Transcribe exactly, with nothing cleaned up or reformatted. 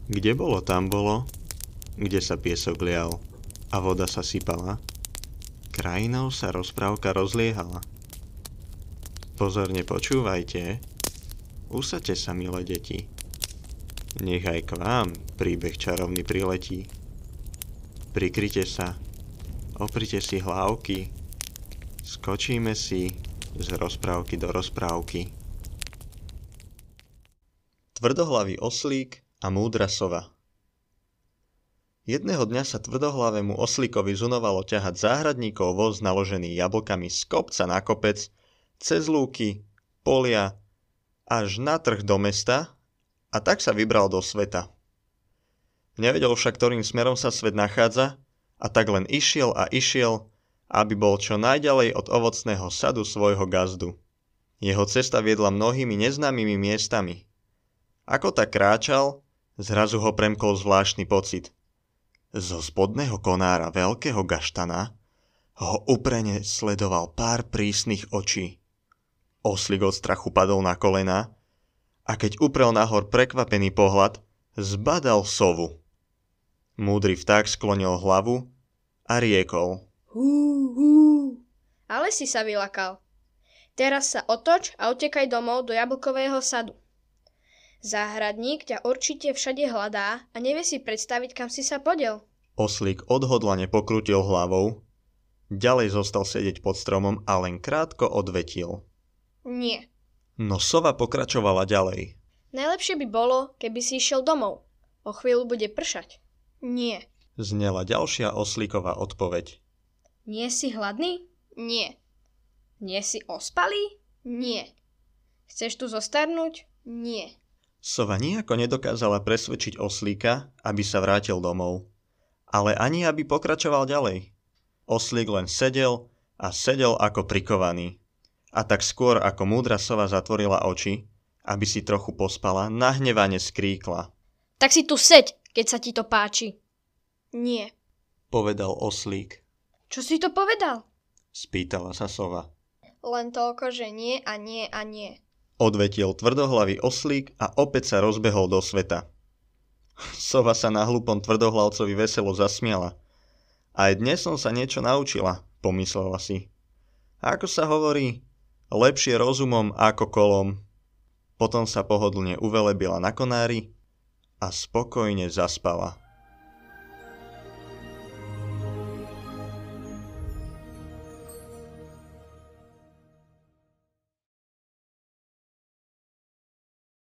Kde bolo, tam bolo, kde sa piesok lial a voda sa sypala, krajinou sa rozprávka rozliehala. Pozorne počúvajte, usaďte sa, milé deti. Nech aj k vám príbeh čarovný priletí. Prikryte sa, oprite si hlávky, skočíme si z rozprávky do rozprávky. Tvrdohlavý oslík a múdra sova. Jedného dňa sa tvrdohlavému oslíkovi zunovalo ťahať záhradníkov voz naložený jablkami z kopca na kopec, cez lúky, polia, až na trh do mesta, a tak sa vybral do sveta. Nevedel však, ktorým smerom sa svet nachádza, a tak len išiel a išiel, aby bol čo najďalej od ovocného sadu svojho gazdu. Jeho cesta viedla mnohými neznámymi miestami. Ako tak kráčal, zrazu ho premkol zvláštny pocit. Zo spodného konára veľkého gaštana ho uprene sledoval pár prísnych očí. Oslík od strachu padol na kolená a keď uprel nahor prekvapený pohľad, zbadal sovu. Múdry vták sklonil hlavu a riekol. Hú, hú. Ale si sa vylakal. Teraz sa otoč a utekaj domov do jablkového sadu. Záhradník ťa určite všade hľadá a nevie si predstaviť, kam si sa podiel. Oslík odhodlane pokrútil hlavou, ďalej zostal sedieť pod stromom a len krátko odvetil. Nie. No sova pokračovala ďalej. Najlepšie by bolo, keby si išiel domov. O chvíľu bude pršať. Nie. Znela ďalšia oslíková odpoveď. Nie si hladný? Nie. Nie si ospalý? Nie. Chceš tu zostarnúť? Nie. Sova nijako nedokázala presvedčiť oslíka, aby sa vrátil domov. Ale ani aby pokračoval ďalej. Oslík len sedel a sedel ako prikovaný. A tak skôr ako múdra sova zatvorila oči, aby si trochu pospala, nahnevane skríkla. Tak si tu seď, keď sa ti to páči. Nie. Povedal oslík. Čo si to povedal? Spýtala sa sova. Len toľko, že nie a nie a nie. Odvetil tvrdohlavý oslík a opäť sa rozbehol do sveta. Sova sa na hlupom tvrdohlavcovi veselo zasmiala. Aj dnes som sa niečo naučila, pomyslela si. Ako sa hovorí, lepšie rozumom ako kolom. Potom sa pohodlne uvelebila na konári a spokojne zaspala.